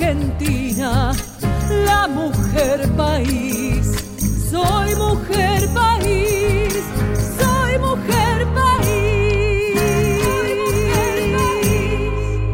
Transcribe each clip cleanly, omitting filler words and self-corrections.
Argentina, la mujer país. Soy mujer país, soy mujer país. Soy mujer país.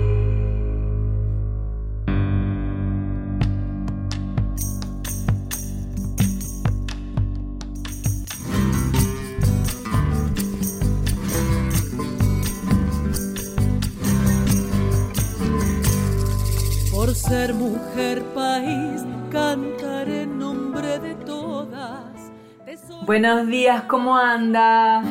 Por ser mujer país, cantaré en nombre de todas. Buenos días, ¿cómo anda?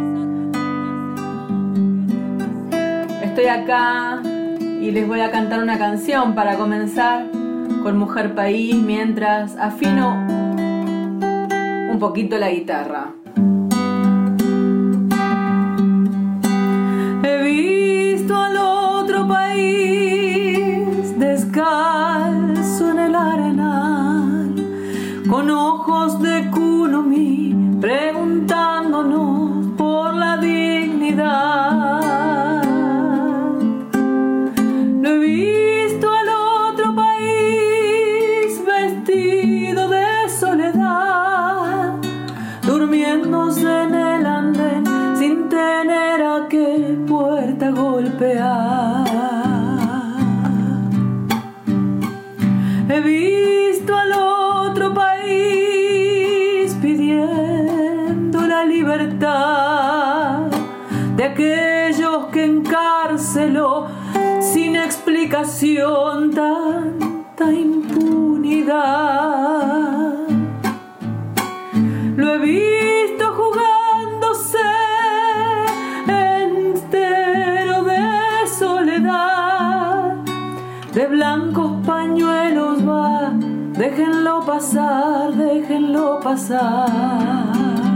Estoy acá y les voy a cantar una canción para comenzar con Mujer País mientras afino un poquito la guitarra. He visto al otro país descalzo en el arenal, con ojos de Kunomi, preguntándonos por la dignidad. Lo he visto al otro país vestido de soledad, durmiéndose en el andén sin tener a qué puerta golpear. He visto al otro país pidiendo la libertad de aquellos que encarceló sin explicación tanta impunidad. Lo he visto jugándose entero de soledad, de blancos pañuelos va, déjenlo pasar, déjenlo pasar.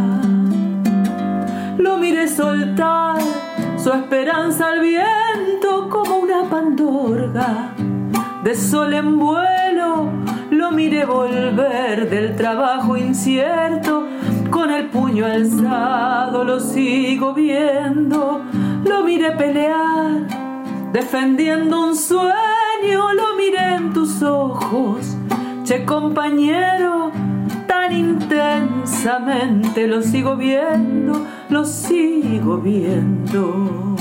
Lo miré soltar su esperanza al viento como una pandorga de sol en vuelo. Lo miré volver del trabajo incierto con el puño alzado, lo sigo viendo. Lo miré pelear defendiendo un sueño, lo miré en tus ojos, che compañero, tan intensamente. Lo sigo viendo, lo sigo viendo.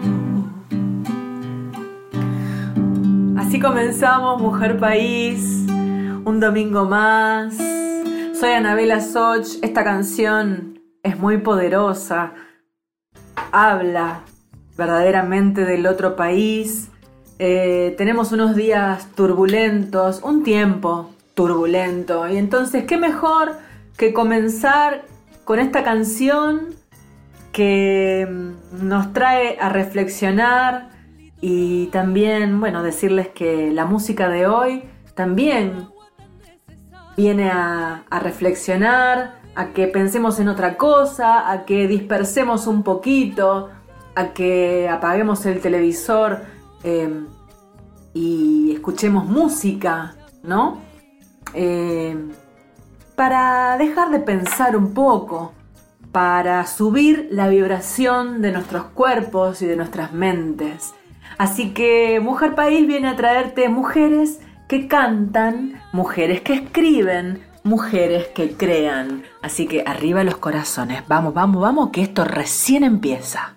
Así comenzamos Mujer País, un domingo más. Soy Anabela Soch. Esta canción es muy poderosa, habla verdaderamente del otro país. Tenemos unos días turbulentos, un tiempo turbulento, y entonces qué mejor que comenzar con esta canción que nos trae a reflexionar y también, bueno, decirles que la música de hoy también viene a reflexionar, a que pensemos en otra cosa, a que dispersemos un poquito, a que apaguemos el televisor y escuchemos música, ¿no? Para dejar de pensar un poco, para subir la vibración de nuestros cuerpos y de nuestras mentes. Así que Mujer País viene a traerte mujeres que cantan, mujeres que escriben, mujeres que crean. Así que arriba los corazones, vamos, vamos, vamos, que esto recién empieza.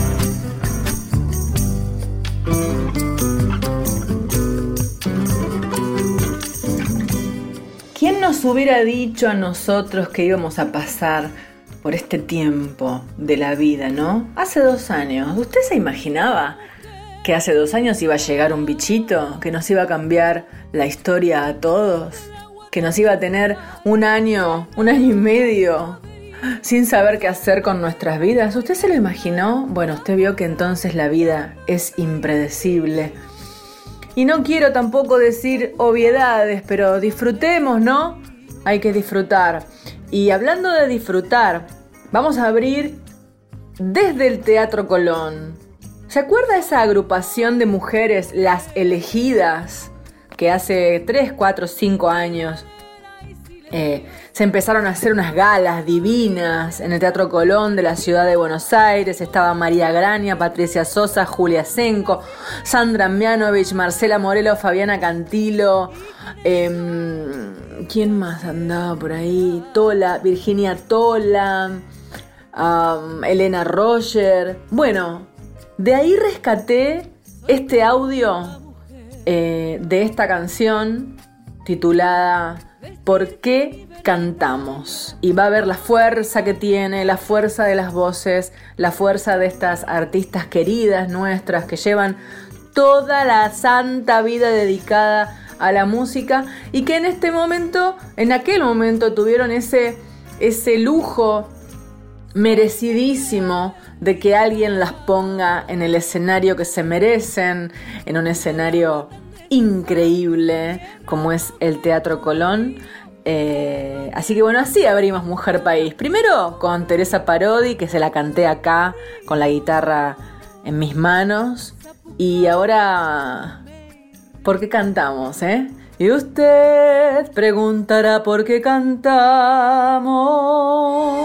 ¿Quién nos hubiera dicho a nosotros que íbamos a pasar por este tiempo de la vida, no? Hace 2 años, ¿usted se imaginaba que hace 2 años iba a llegar un bichito que nos iba a cambiar la historia a todos? Que nos iba a tener un año y medio sin saber qué hacer con nuestras vidas. ¿Usted se lo imaginó? Bueno, usted vio que entonces la vida es impredecible. Y no quiero tampoco decir obviedades, pero disfrutemos, ¿no? Hay que disfrutar. Y hablando de disfrutar, vamos a abrir desde el Teatro Colón. ¿Se acuerda esa agrupación de mujeres, Las Elegidas, que hace 3, 4, 5 años Se empezaron a hacer unas galas divinas en el Teatro Colón de la ciudad de Buenos Aires. Estaba María Graña, Patricia Sosa, Julia Senco, Sandra Mianovich, Marcela Morelo, Fabiana Cantilo. ¿Quién más andaba por ahí? Tola, Virginia Tola, Elena Roger. Bueno, de ahí rescaté este audio de esta canción titulada ¿Por qué cantamos? Y va a ver la fuerza que tiene, la fuerza de las voces, la fuerza de estas artistas queridas nuestras que llevan toda la santa vida dedicada a la música y que en aquel momento tuvieron ese lujo merecidísimo de que alguien las ponga en el escenario que se merecen, en un escenario increíble como es el Teatro Colón. Así que bueno, así abrimos Mujer País. Primero con Teresa Parodi, que se la canté acá con la guitarra en mis manos. Y ahora, ¿por qué cantamos, Y usted preguntará por qué cantamos.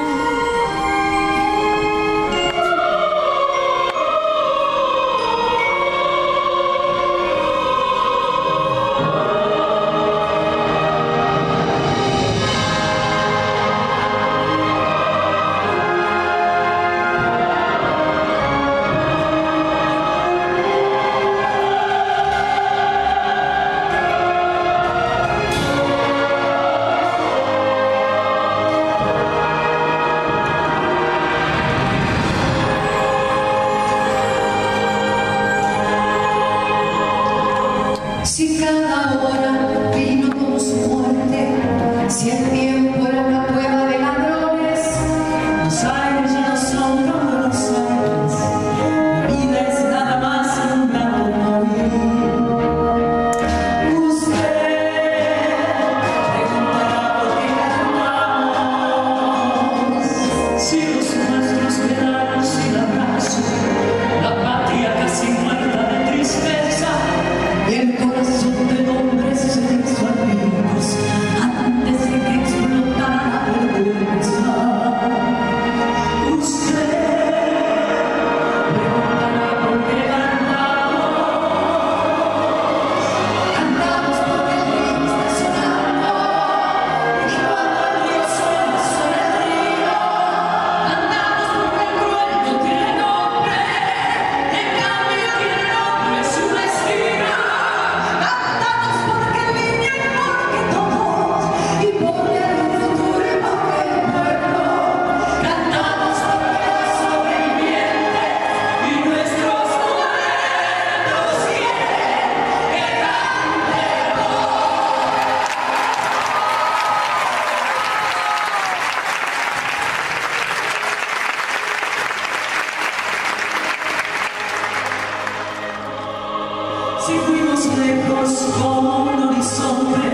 Si fuimos lejos como un horizonte,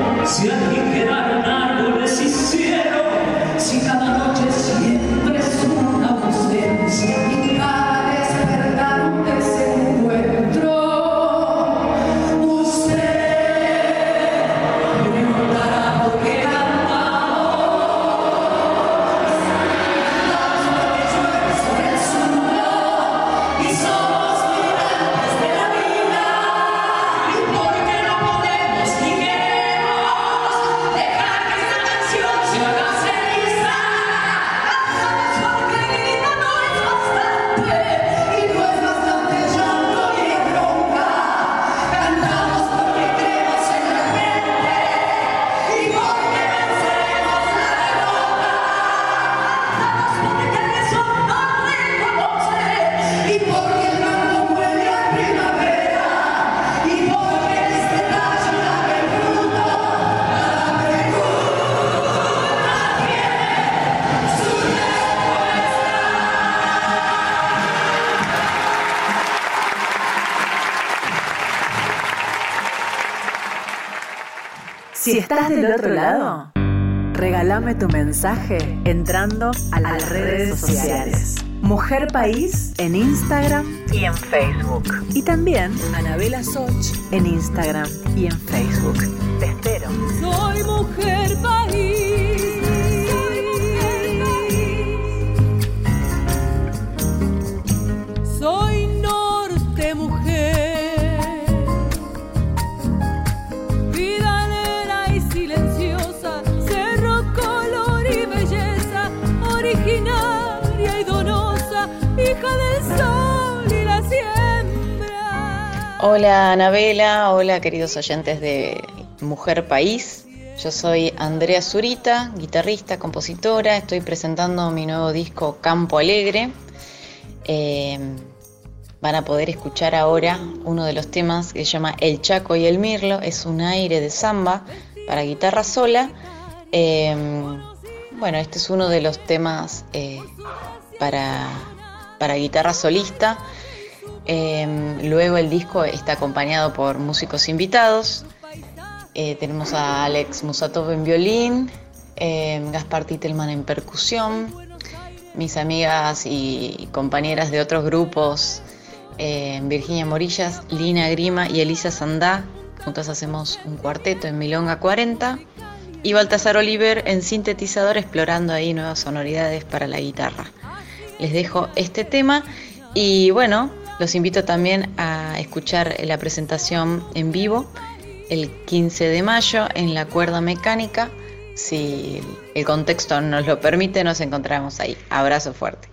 si aligeraron árboles y cielo, si cada noche siempre es una ausencia y cada despertar un desencuentro, usted preguntará por qué cantamos porque llueve sobre el suelo y somos migrantes de la vida. Porque no podemos ni queremos dejar que esta canción se haga ceniza. Cantamos porque el grito no es bastante y no es bastante llanto ni bronca. Cantamos porque creemos en la gente y porque venceremos la derrota. Cantamos porque el sol no reconoce y porque el canto vuelve a primavera. Y porque en este tallo nace el fruto, cada pregunta tiene su respuesta. Si estás del otro lado, regálame tu mensaje entrando a las redes sociales. Mujer País en Instagram y en Facebook. Y también Anabela Soch en Instagram y en Facebook. Te espero. Soy mujer país. Soy norte mujer. Vidalera y silenciosa. Cerro, color y belleza. Originaria y donosa. Hija del sol y la siembra. Hola Anabela, hola queridos oyentes de Mujer País. Yo soy Andrea Zurita, guitarrista, compositora. Estoy presentando mi nuevo disco Campo Alegre. Van a poder escuchar ahora uno de los temas que se llama El Chaco y el Mirlo. Es un aire de samba para guitarra sola. Bueno, este es uno de los temas para guitarra solista. Luego el disco está acompañado por músicos invitados. Tenemos a Alex Musatov en violín, Gaspar Titelman en percusión, mis amigas y compañeras de otros grupos, Virginia Morillas, Lina Grima y Elisa Sandá. Juntas hacemos un cuarteto en Milonga 40. Y Baltasar Oliver en sintetizador, explorando ahí nuevas sonoridades para la guitarra. Les dejo este tema y bueno, los invito también a escuchar la presentación en vivo el 15 de mayo en La Cuerda Mecánica. Si el contexto nos lo permite, nos encontramos ahí. Abrazo fuerte.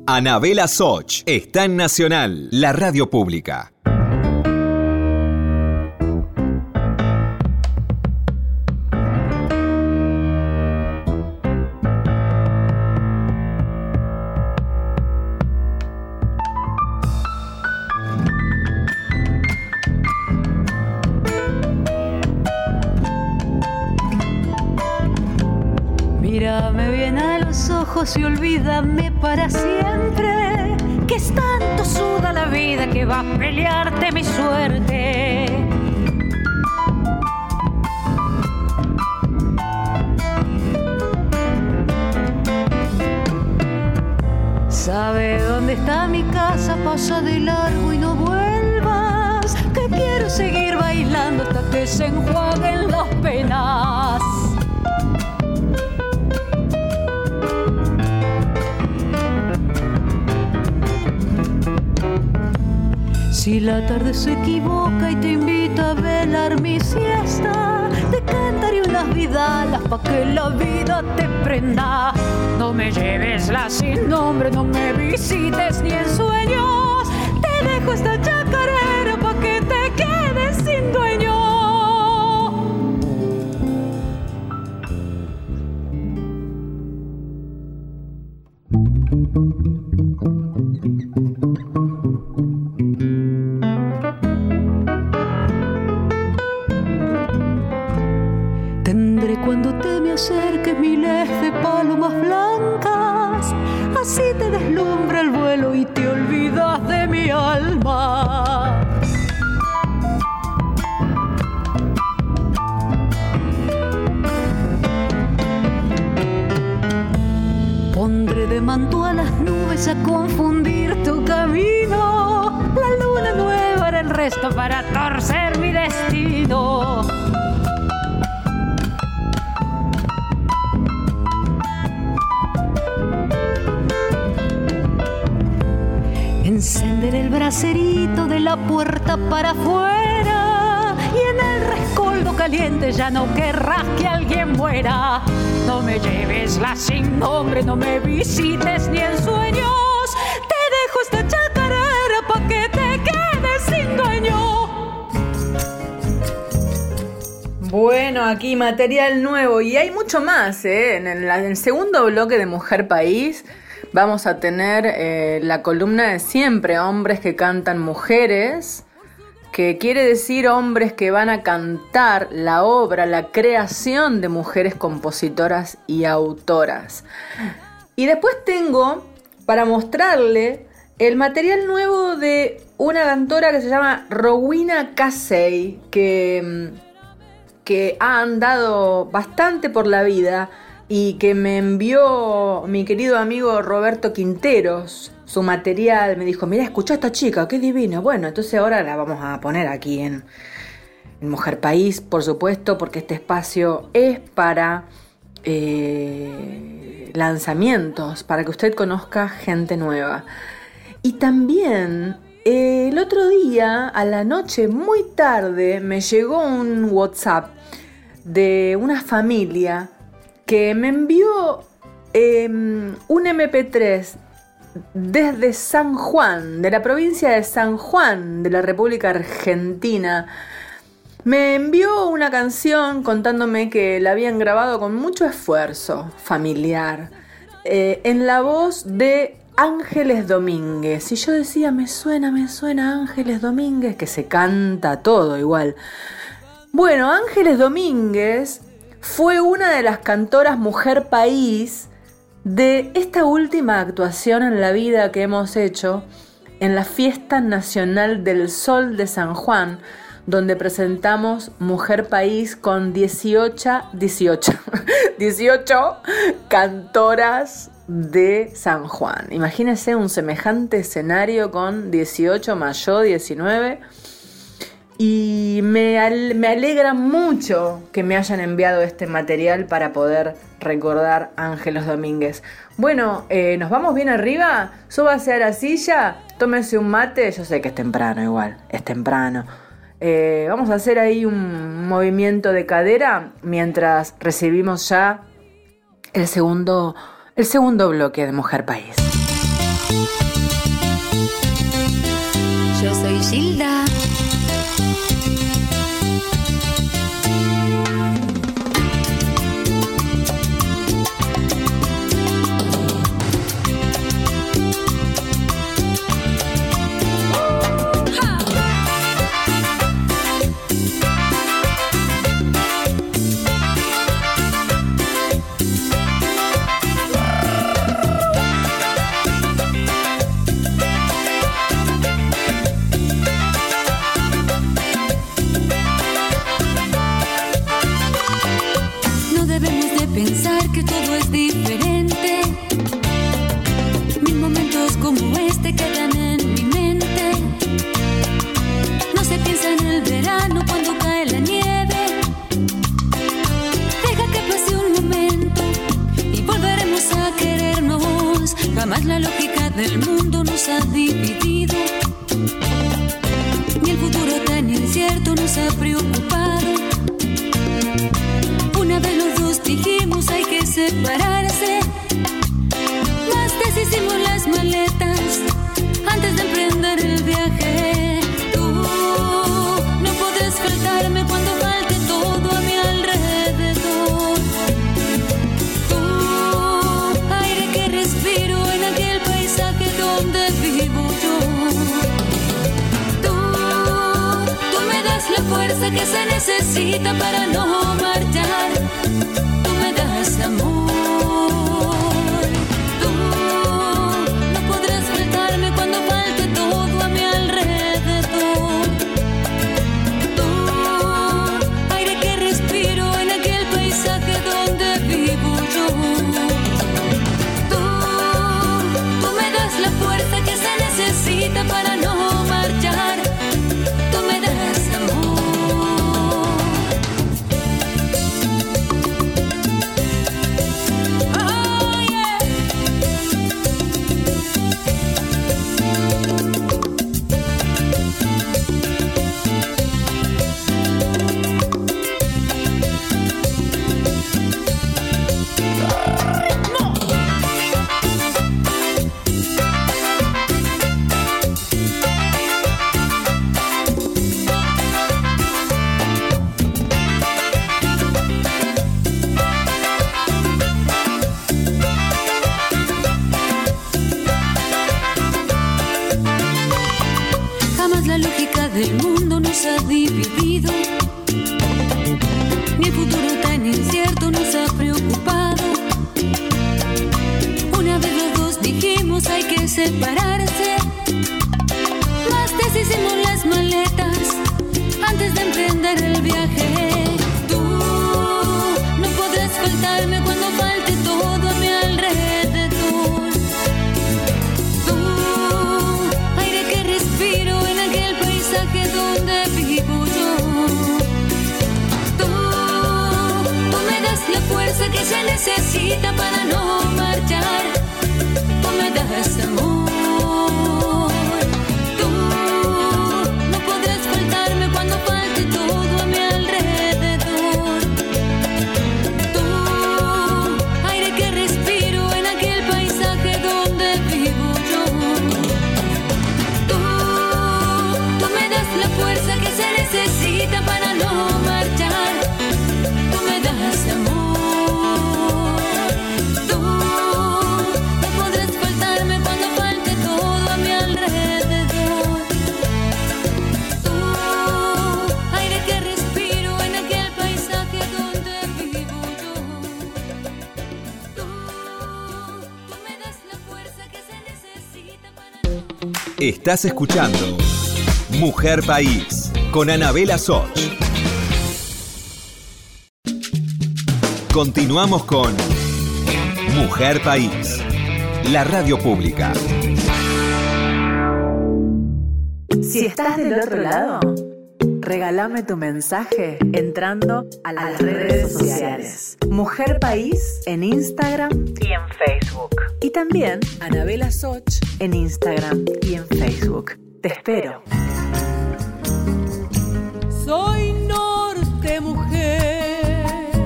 Anabela Soch está en Nacional, la radio pública. Mírame bien a los ojos y olvídame para siempre, que es tanto suda la vida que va a pelearte mi suerte. Sabe dónde está mi casa, pasa de largo y no vuelvas, que quiero seguir bailando hasta que se enjuaguen las penas. Si la tarde se equivoca y te invita a velar mi siesta, te cantaré unas vidalas pa' que la vida te prenda. No me lleves la sin nombre, no me visites ni en sueños. Te dejo esta chacarera pa' que te quedes sin dueño. Tendré cuando te me acerques miles de palomas blancas, así te deslumbra el vuelo y te olvidas de mi alma. Pondré de manto a las nubes a confundir tu camino, la luna nueva hará el resto para torcer mi destino. Encenderé el bracerito de la puerta para afuera y en el rescoldo caliente ya no querrás que alguien muera. No me lleves la sin nombre, no me visites ni en sueños. Te dejo esta chacarera pa' que te quedes sin dueño. Bueno, aquí material nuevo y hay mucho más, ¿eh? En el segundo bloque de Mujer País vamos a tener la columna de siempre, hombres que cantan mujeres, que quiere decir hombres que van a cantar la obra, la creación de mujeres compositoras y autoras. Y después tengo para mostrarle el material nuevo de una cantora que se llama Rowena Casey, que ha andado bastante por la vida y que me envió mi querido amigo Roberto Quinteros su material. Me dijo, mirá, escuchá a esta chica, qué divina. Bueno, entonces ahora la vamos a poner aquí en Mujer País, por supuesto, porque este espacio es para lanzamientos, para que usted conozca gente nueva. Y también el otro día, a la noche, muy tarde, me llegó un WhatsApp de una familia que me envió un MP3 desde San Juan, de la provincia de San Juan, de la República Argentina. Me envió una canción contándome que la habían grabado con mucho esfuerzo familiar, en la voz de Ángeles Domínguez. Y yo decía, me suena Ángeles Domínguez, que se canta todo igual. Bueno, Ángeles Domínguez fue una de las cantoras Mujer País de esta última actuación en la vida que hemos hecho en la Fiesta Nacional del Sol de San Juan, donde presentamos Mujer País con 18 cantoras de San Juan. Imagínense un semejante escenario con 18 más yo, 19. Y me alegra mucho que me hayan enviado este material para poder recordar a Ángeles Domínguez. Bueno, ¿nos vamos bien arriba? Súbase a la silla, tómese un mate. Yo sé que es temprano igual, es temprano. Vamos a hacer ahí un movimiento de cadera mientras recibimos ya el segundo bloque de Mujer País. Gilda. Pensar que todo es diferente. Mil momentos como este quedan en mi mente. No se piensa en el verano cuando cae la nieve. Deja que pase un momento y volveremos a querernos. Jamás la lógica del mundo nos ha dividido, ni el futuro tan incierto nos ha preocupado. Una vez los dos dijimos hay que separarse, mas deshicimos las maletas antes de emprender el viaje. Tú no puedes faltarme cuando falte todo a mi alrededor. Tú, aire que respiro en aquel paisaje donde vivo yo. Tú me das la fuerza que se necesita para no marchar. Tú me das amor. Tú no podrás faltarme cuando falte todo a mi alrededor. Tú, aire que respiro en aquel paisaje donde vivo yo. Tú me das la fuerza que se necesita para no marchar. Tú me das amor. El mundo nos ha dividido, ni el futuro tan incierto nos ha preocupado. Una vez los dos dijimos hay que separarse, mas deshicimos las maletas antes de emprender el viaje. Tú no podrás faltarme cuando falte todo a mi alrededor. Tú, aire que respiro en aquel paisaje donde vivo yo. Tú me das la fuerza que se necesita para no marchar. Tú me das amor. Tú no podrás faltarme cuando falte todo a mi alrededor. Tú, aire que respiro en aquel paisaje donde vivo yo. Tú me das la fuerza que se necesita para no marchar. Tú me das amor. Tú no podrás faltarme cuando falte todo a mi alrededor. Tú, aire que respiro en aquel paisaje donde vivo yo. Tú me das la fuerza que se necesita para... Estás escuchando Mujer País con Anabela Soch. Continuamos con Mujer País, la radio pública. Si estás del otro lado, regálame tu mensaje entrando a las redes sociales. Mujer País en Instagram y en Facebook. Y también Anabela Soch en Instagram y en Facebook. Te espero. Soy norte mujer,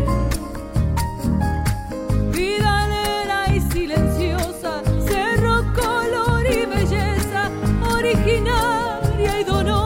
vidalera y silenciosa, cerro, color y belleza, originaria y dolor.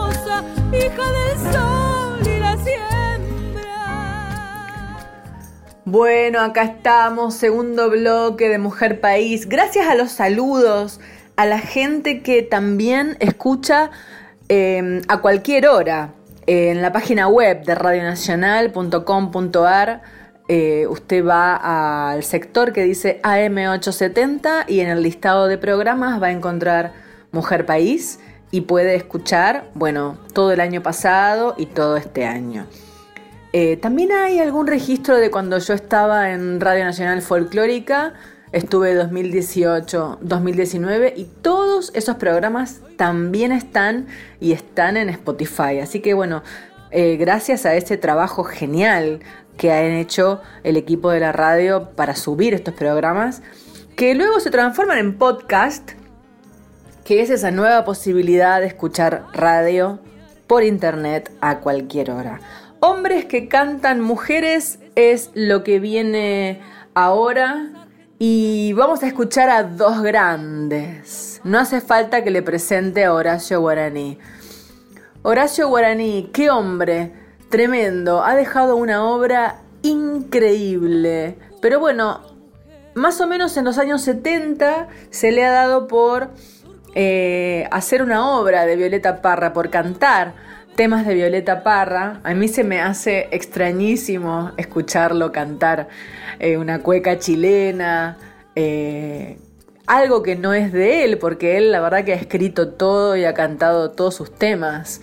Bueno, acá estamos, segundo bloque de Mujer País. Gracias a los saludos, a la gente que también escucha a cualquier hora en la página web de radionacional.com.ar. Usted va al sector que dice AM870 y en el listado de programas va a encontrar Mujer País y puede escuchar, bueno, todo el año pasado y todo este año. También hay algún registro de cuando yo estaba en Radio Nacional Folclórica, estuve 2018, 2019 y todos esos programas también están en Spotify. Así que bueno, gracias a ese trabajo genial que han hecho el equipo de la radio para subir estos programas, que luego se transforman en podcast, que es esa nueva posibilidad de escuchar radio por internet a cualquier hora. Hombres que cantan mujeres es lo que viene ahora y vamos a escuchar a dos grandes. No hace falta que le presente a Horacio Guaraní. Horacio Guaraní, qué hombre, tremendo, ha dejado una obra increíble. Pero bueno, más o menos en los años 70 se le ha dado por hacer una obra de Violeta Parra, por cantar temas de Violeta Parra. A mí se me hace extrañísimo escucharlo cantar una cueca chilena, algo que no es de él, porque él la verdad que ha escrito todo y ha cantado todos sus temas.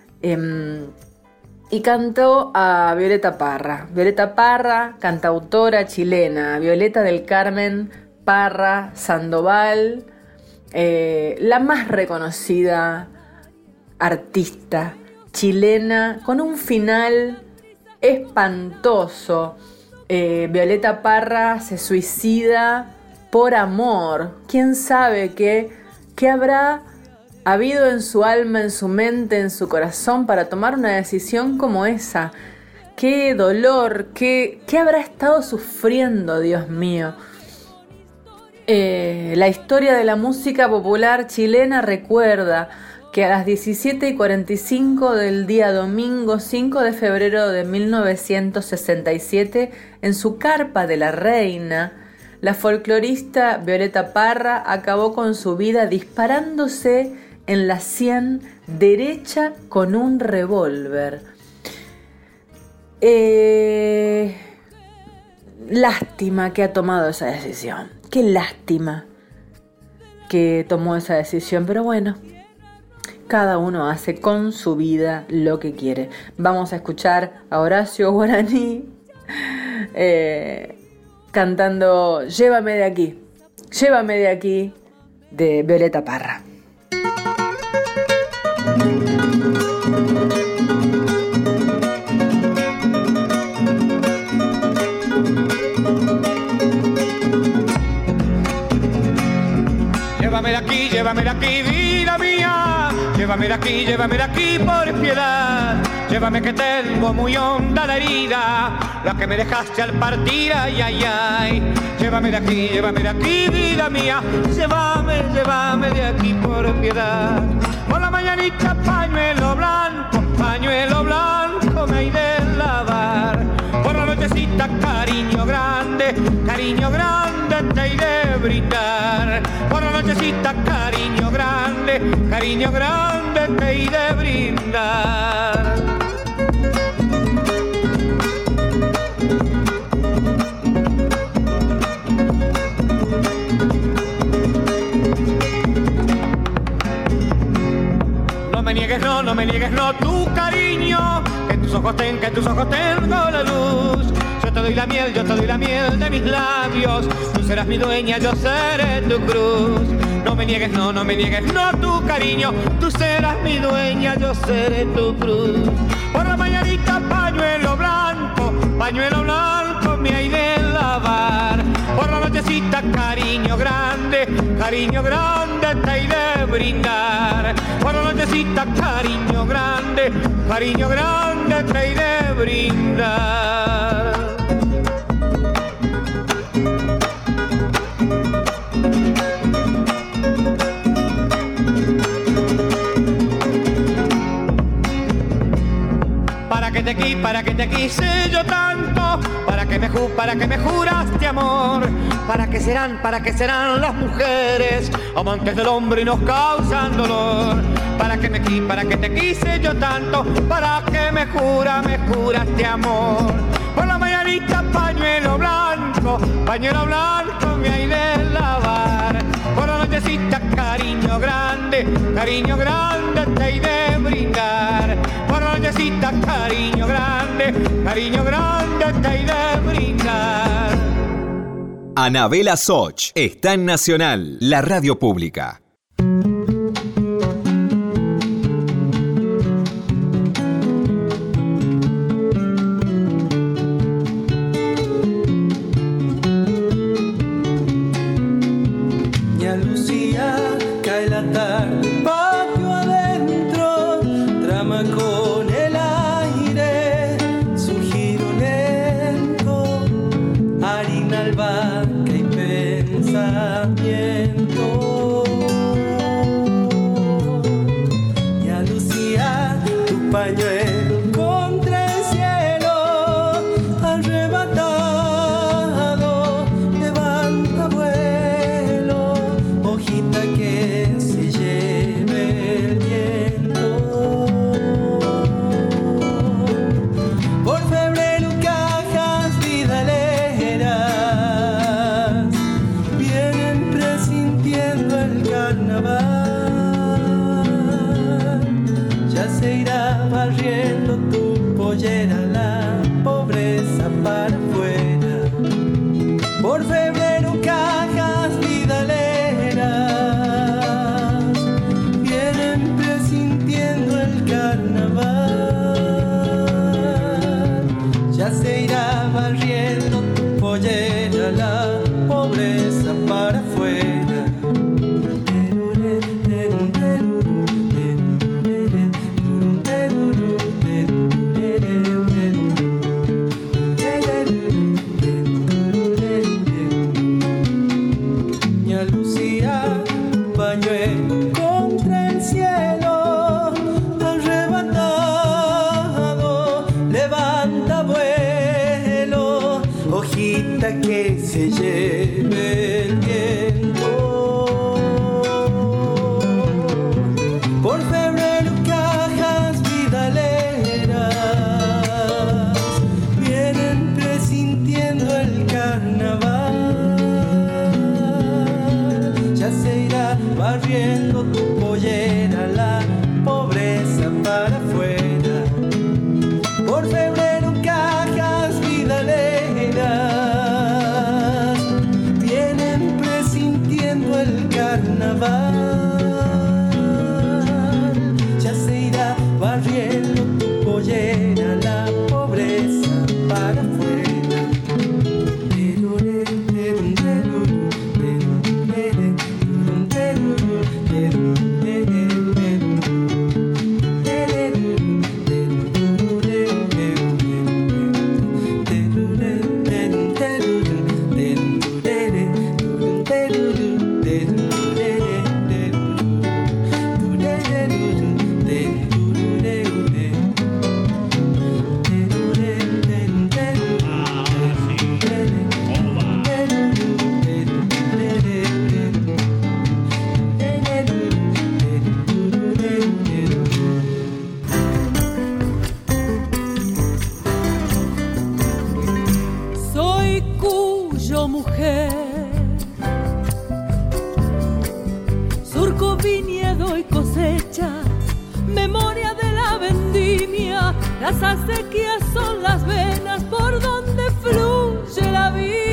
Y cantó a Violeta Parra, cantautora chilena, Violeta del Carmen Parra Sandoval, la más reconocida artista chilena, con un final espantoso. Violeta Parra se suicida por amor. ¿Quién sabe qué habrá habido en su alma, en su mente, en su corazón para tomar una decisión como esa? ¡Qué dolor! ¿Qué habrá estado sufriendo, Dios mío? La historia de la música popular chilena recuerda que a las 17:45 del día domingo 5 de febrero de 1967, en su carpa de la Reina, la folclorista Violeta Parra acabó con su vida disparándose en la sien derecha con un revólver. Lástima que ha tomado esa decisión. Qué lástima que tomó esa decisión, pero bueno, cada uno hace con su vida lo que quiere. Vamos a escuchar a Horacio Guaraní cantando Llévame de aquí, de Violeta Parra. Llévame de aquí, vida mía. Llévame de aquí por piedad. Llévame que tengo muy honda la herida, la que me dejaste al partir, ay, ay, ay. Llévame de aquí, vida mía. Llévame de aquí por piedad. Por la mañanita pañuelo blanco me hay de lavar. Por la nochecita cariño grande te hay de brindar. Por la nochecita cariño grande te hay de brindar. No me niegues tu cariño, que en tus ojos tengo la luz. Yo te doy la miel de mis labios. Tú serás mi dueña, yo seré tu cruz. No me niegues tu cariño. Tú serás mi dueña, yo seré tu cruz. Por la mañanita pañuelo blanco me hay de lavar. Por la nochecita cariño grande te hay de brindar. Por la nochecita cariño grande te hay de brindar. Para que te quise yo tanto, ¿Para qué me juraste amor? ¿Para qué serán las mujeres amantes del hombre y nos causan dolor? ¿Para qué te quise yo tanto? ¿Para qué me juraste amor? Por la mañanita pañuelo blanco me hay de lavar. Por la nochecita cariño grande te hay de brindar. Por la nochecita cariño grande te hay de brindar. Anabela Soch está en Nacional, la radio pública. Las acequias son las venas por donde fluye la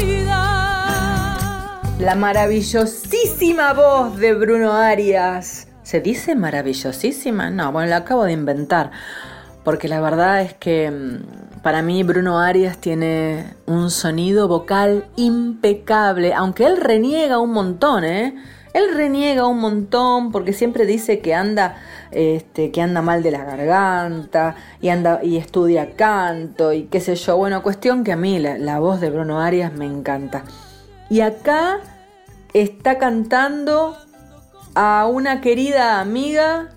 vida. La maravillosísima voz de Bruno Arias. ¿Se dice maravillosísima? No, bueno, la acabo de inventar. Porque la verdad es que para mí Bruno Arias tiene un sonido vocal impecable. Aunque él reniega un montón, Él reniega un montón porque siempre dice que anda mal de la garganta y estudia canto y qué sé yo. Bueno, cuestión que a mí la voz de Bruno Arias me encanta. Y acá está cantando a una querida amiga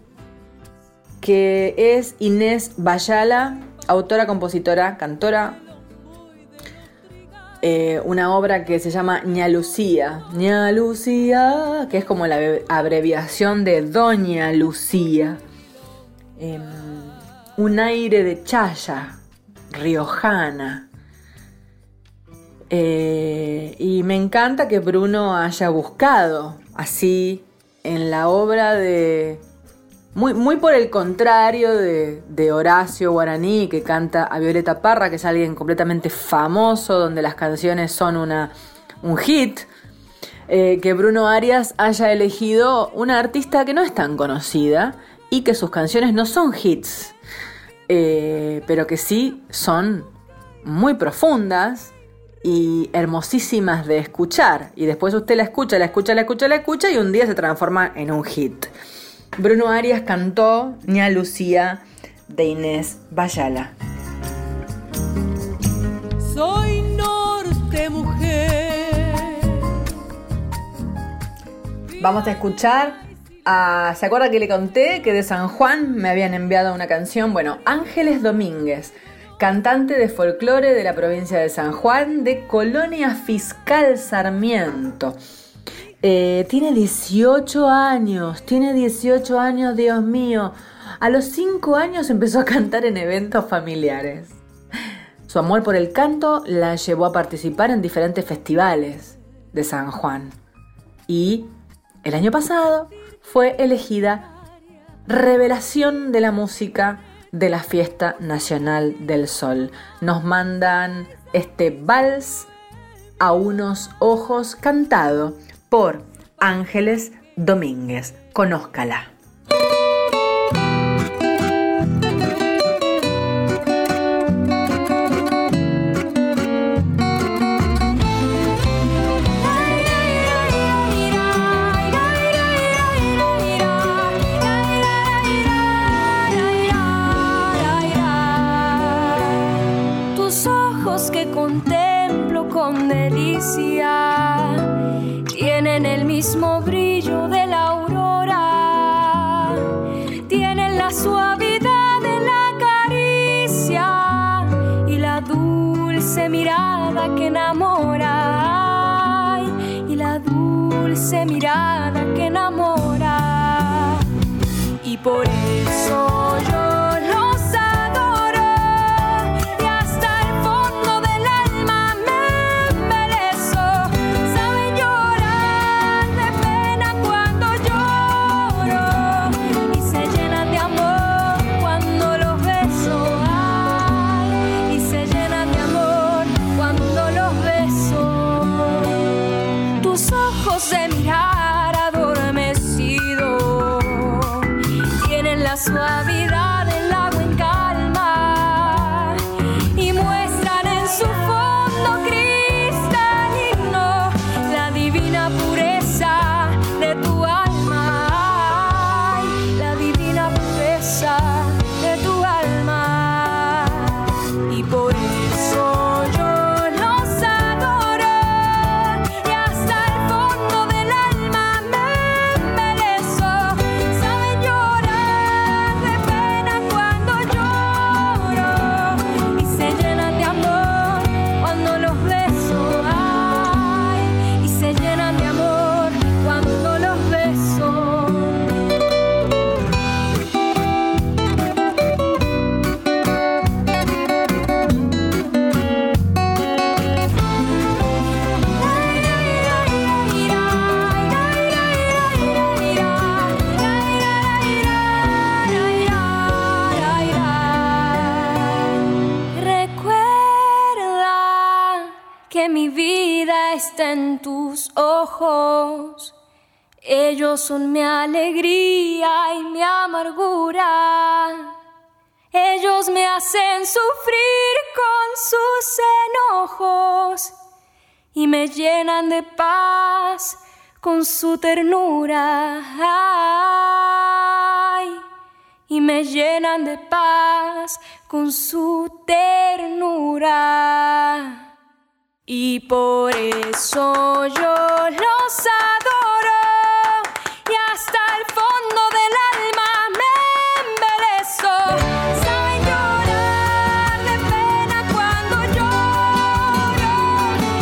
que es Inés Bayala, autora, compositora, cantora. una obra que se llama Ña Lucía. Ña Lucía, que es como la abreviación de Doña Lucía. Un aire de chaya, riojana. Y me encanta que Bruno haya buscado así en la obra de... Muy por el contrario de Horacio Guaraní, que canta a Violeta Parra, que es alguien completamente famoso, donde las canciones son un hit, que Bruno Arias haya elegido una artista que no es tan conocida y que sus canciones no son hits, pero que sí son muy profundas y hermosísimas de escuchar. Y después usted la escucha y un día se transforma en un hit. Bruno Arias cantó Ña Lucía de Inés Bayala. Soy norte mujer. Vamos a escuchar a... ¿Se acuerda que le conté que de San Juan me habían enviado una canción? Bueno, Ángeles Domínguez, cantante de folclore de la provincia de San Juan, de Colonia Fiscal Sarmiento. Tiene 18 años, Dios mío. A los 5 años empezó a cantar en eventos familiares. Su amor por el canto la llevó a participar en diferentes festivales de San Juan. Y el año pasado fue elegida Revelación de la Música de la Fiesta Nacional del Sol. Nos mandan este vals A unos ojos, cantado por Ángeles Domínguez. Conózcala. Tus ojos que contemplo con delicia tienen el mismo brillo de la aurora, tienen la suavidad de la caricia y la dulce mirada que enamora, ay, y la dulce mirada que enamora. Y por eso yo los adoro y hasta el fondo del alma me embelezo. Saben llorar de pena cuando lloro y se llenan de amor cuando los beso. Ay, y se llenan de amor cuando los beso. Tus ojos de mirar adormecido tienen la suavidad del agua en calma y muestran en su fondo cristalino la divina pureza de tu alma. Ay, la divina pureza de tu alma. Y por eso yo los adoro y hasta el fondo del alma me embelezo. Saben llorar de pena cuando lloro y se llenan de amor cuando los beso. Ay, y se llenan de amor cuando los beso. Recuerda que mi vida está en tus ojos. Ellos son mi alegría y mi amargura. Ellos me hacen sufrir con sus enojos y me llenan de paz con su ternura. Ay, y me llenan de paz con su ternura. Y por eso yo los adoro y hasta el fondo del alma me embelezo. Saben llorar de pena cuando lloro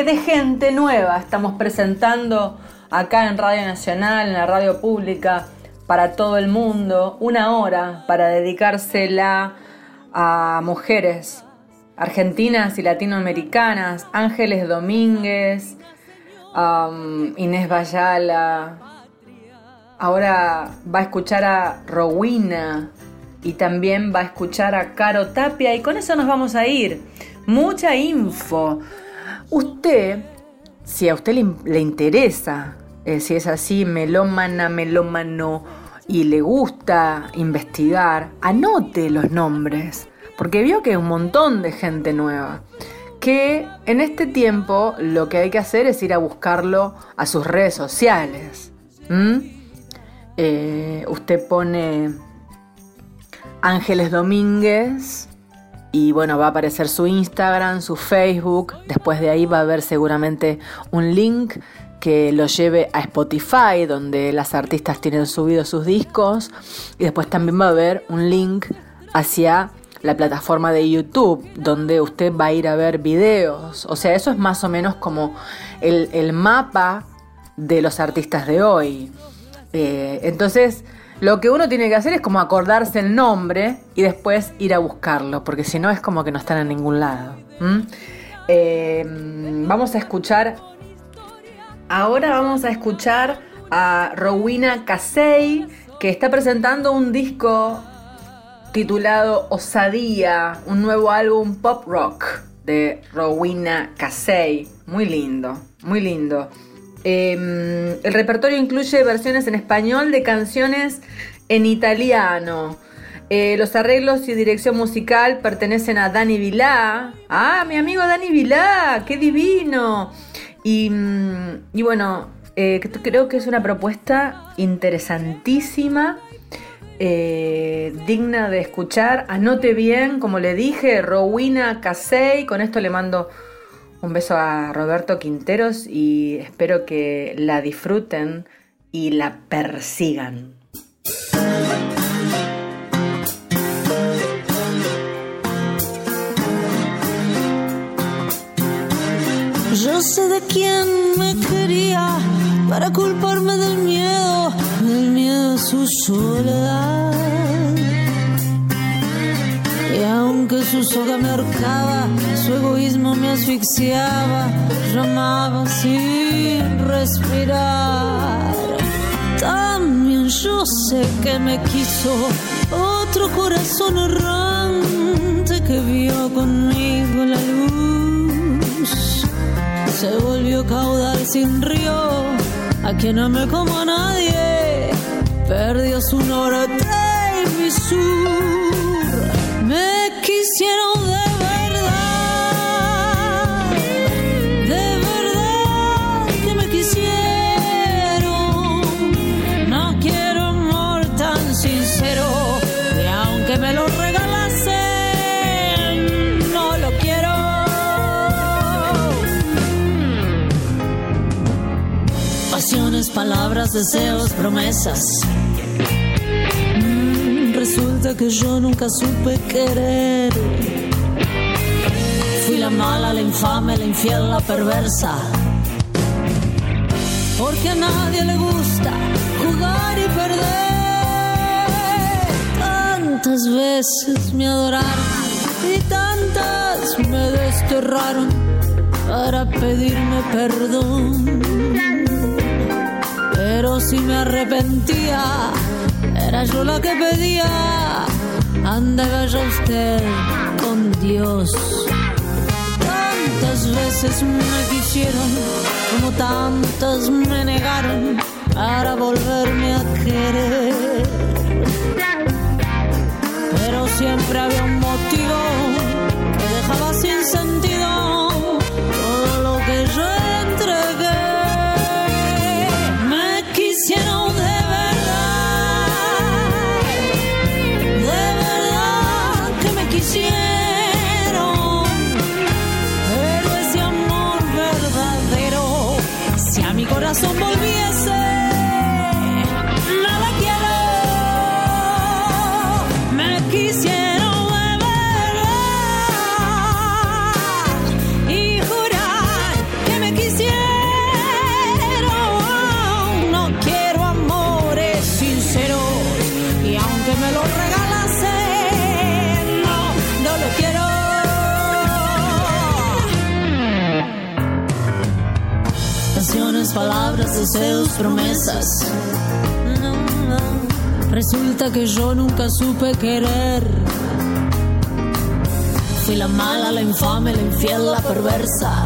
¿Qué de gente nueva estamos presentando acá en Radio Nacional, en la radio pública, para todo el mundo? 1 hora para dedicársela a mujeres argentinas y latinoamericanas. Ángeles Domínguez, Inés Bayala. Ahora va a escuchar a Rowena y también va a escuchar a Caro Tapia, y con eso nos vamos a ir. Mucha info. Usted, si a usted le interesa, si es así, melómano, y le gusta investigar, anote los nombres, porque vio que hay un montón de gente nueva, que en este tiempo lo que hay que hacer es ir a buscarlo a sus redes sociales. Usted pone Ángeles Domínguez y bueno, va a aparecer su Instagram, su Facebook. Después de ahí va a haber seguramente un link que lo lleve a Spotify, donde las artistas tienen subidos sus discos, y después también va a haber un link hacia la plataforma de YouTube, donde usted va a ir a ver videos. O sea, eso es más o menos como el mapa de los artistas de hoy. Entonces, lo que uno tiene que hacer es como acordarse el nombre y después ir a buscarlo, porque si no es como que no están en ningún lado. Vamos a escuchar... Ahora vamos a escuchar a Rowena Casey, que está presentando un disco titulado Osadía, un nuevo álbum pop rock de Rowena Casey. Muy lindo, muy lindo. El repertorio incluye versiones en español de canciones en italiano. Los arreglos y dirección musical pertenecen a Dani Vilá. ¡Ah, mi amigo Dani Vilá! ¡Qué divino! Y bueno, creo que es una propuesta interesantísima, digna de escuchar. Anote bien, como le dije, Rowena Casey. Con esto le mando un beso a Roberto Quinteros y espero que la disfruten y la persigan. Yo sé de quién me quería para culparme del miedo a su soledad. Y aunque su soga me ahorcaba, su egoísmo me asfixiaba, llamaba sin respirar. También yo sé que me quiso otro corazón errante que vio conmigo la luz. Se volvió caudal sin río, a quien amé como a nadie, perdió su norte y mi sur. Me quisieron de verdad que me quisieron. No quiero amor tan sincero, y aunque me lo regalasen, no lo quiero. Pasiones, palabras, deseos, promesas. Resulta que yo nunca supe querer. Fui la mala, la infame, la infiel, la perversa. Porque a nadie le gusta jugar y perder. Tantas veces me adoraron y tantas me desterraron para pedirme perdón. Pero si me arrepentía, era yo la que pedía. Ande, vaya usted con Dios. Tantas veces me quisieron, como tantas me negaron para volverme a querer. Pero siempre había un motivo que dejaba sin sentido todo lo que yo entregué. Me quisieron de verdad que me quisieron, pero ese amor verdadero, si a mi corazón volviese, no la quiero. Me quisieron de verdad palabras, deseos, promesas. Resulta que yo nunca supe querer. Fui la mala, la infame, la infiel, la perversa.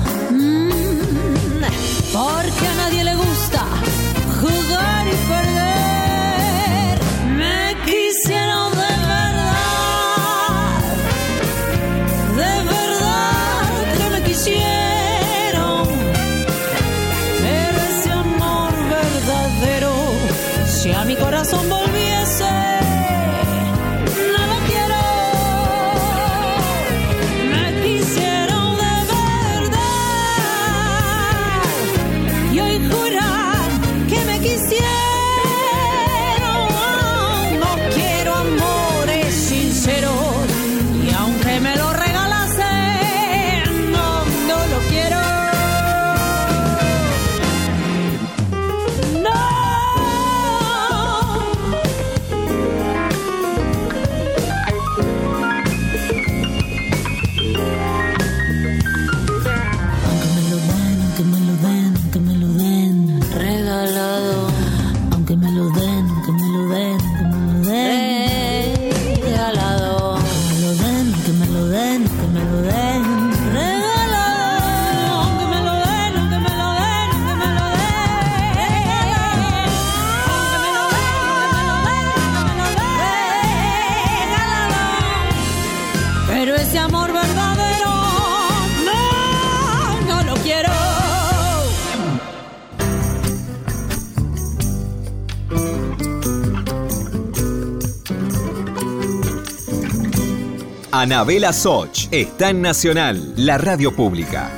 Porque a nadie le gusta jugar y perder. Me quisieron de verdad que me quisieron. Pero ese amor verdadero, si a mi corazón volviese, no lo quiero. Me quisieron de verdad y hoy juran que me quisieron. No quiero amores sinceros y aunque me lo regalasen, no lo quiero. No. Aunque me lo den, aunque me lo den, aunque me lo den regalado. Aunque me lo den, aunque me lo den, aunque me lo den regalado. Que me lo den, que me lo den regalado. Aunque me lo den, aunque me lo den, aunque me lo den aunque me lo den, aunque me lo den regalado. Pero ese amor verdadero no lo quiero. Anabela Soch está en Nacional, la radio pública.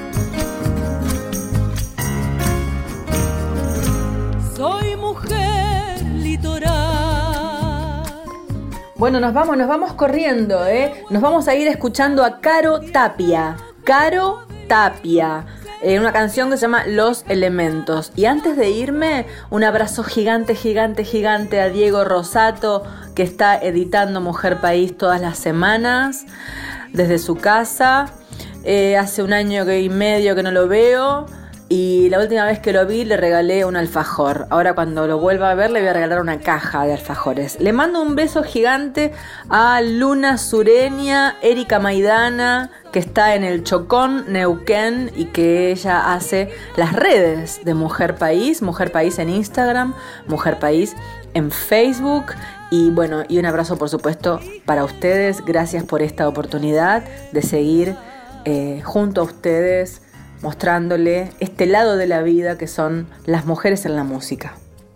Soy mujer litoral. Bueno, nos vamos corriendo, ¿eh? Nos vamos a ir escuchando a Caro Tapia. Caro Tapia. Una canción que se llama Los Elementos. Y antes de irme, un abrazo gigante, gigante, gigante a Diego Rosato, que está editando Mujer País todas las semanas desde su casa. Hace 1 año y medio que no lo veo. Y la última vez que lo vi le regalé un alfajor. Ahora cuando lo vuelva a ver le voy a regalar una caja de alfajores. Le mando un beso gigante a Luna Sureña, Erika Maidana, que está en el Chocón, Neuquén, y que ella hace las redes de Mujer País en Instagram, Mujer País en Facebook. Y bueno, y un abrazo por supuesto para ustedes. Gracias por esta oportunidad de seguir junto a ustedes, mostrándole este lado de la vida que son las mujeres en la música.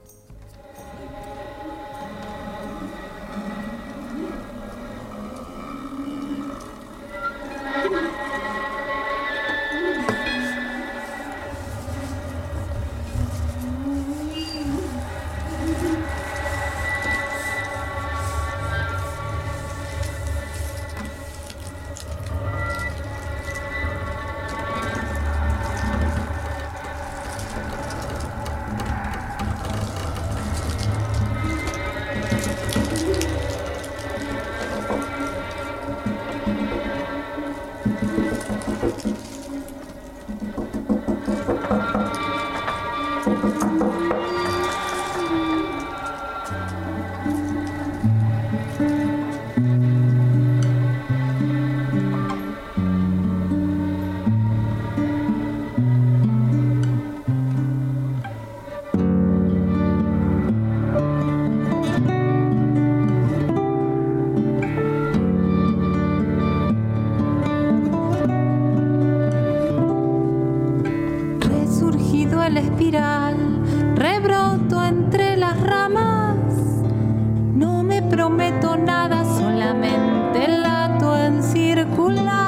La espiral, rebroto entre las ramas. No me prometo nada, solamente lato en circular.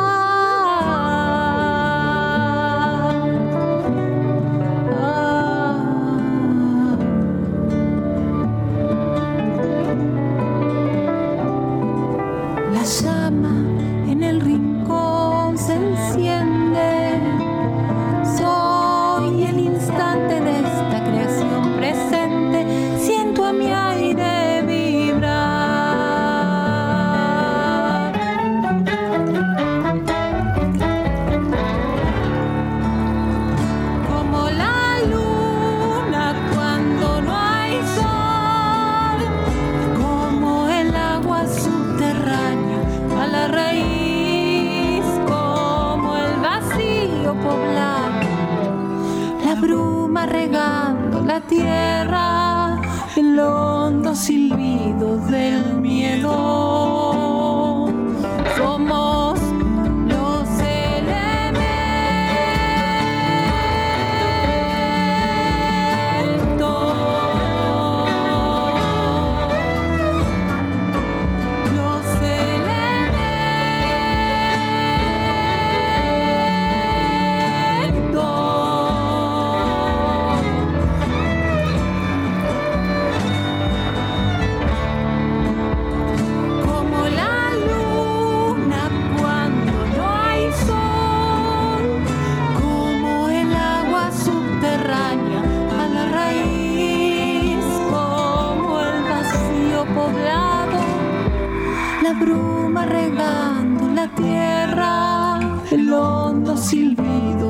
La llama en el rincón se enciende. Soy el instante de esta creación presente. Siento a mi aire vibrar. Como la luz el hondo silbido del miedo. Somos los elementos. Los como la luna cuando no hay sol, como el agua subterránea a la raíz, como el vacío poblado, la bruma regando la tierra, el hondo silbido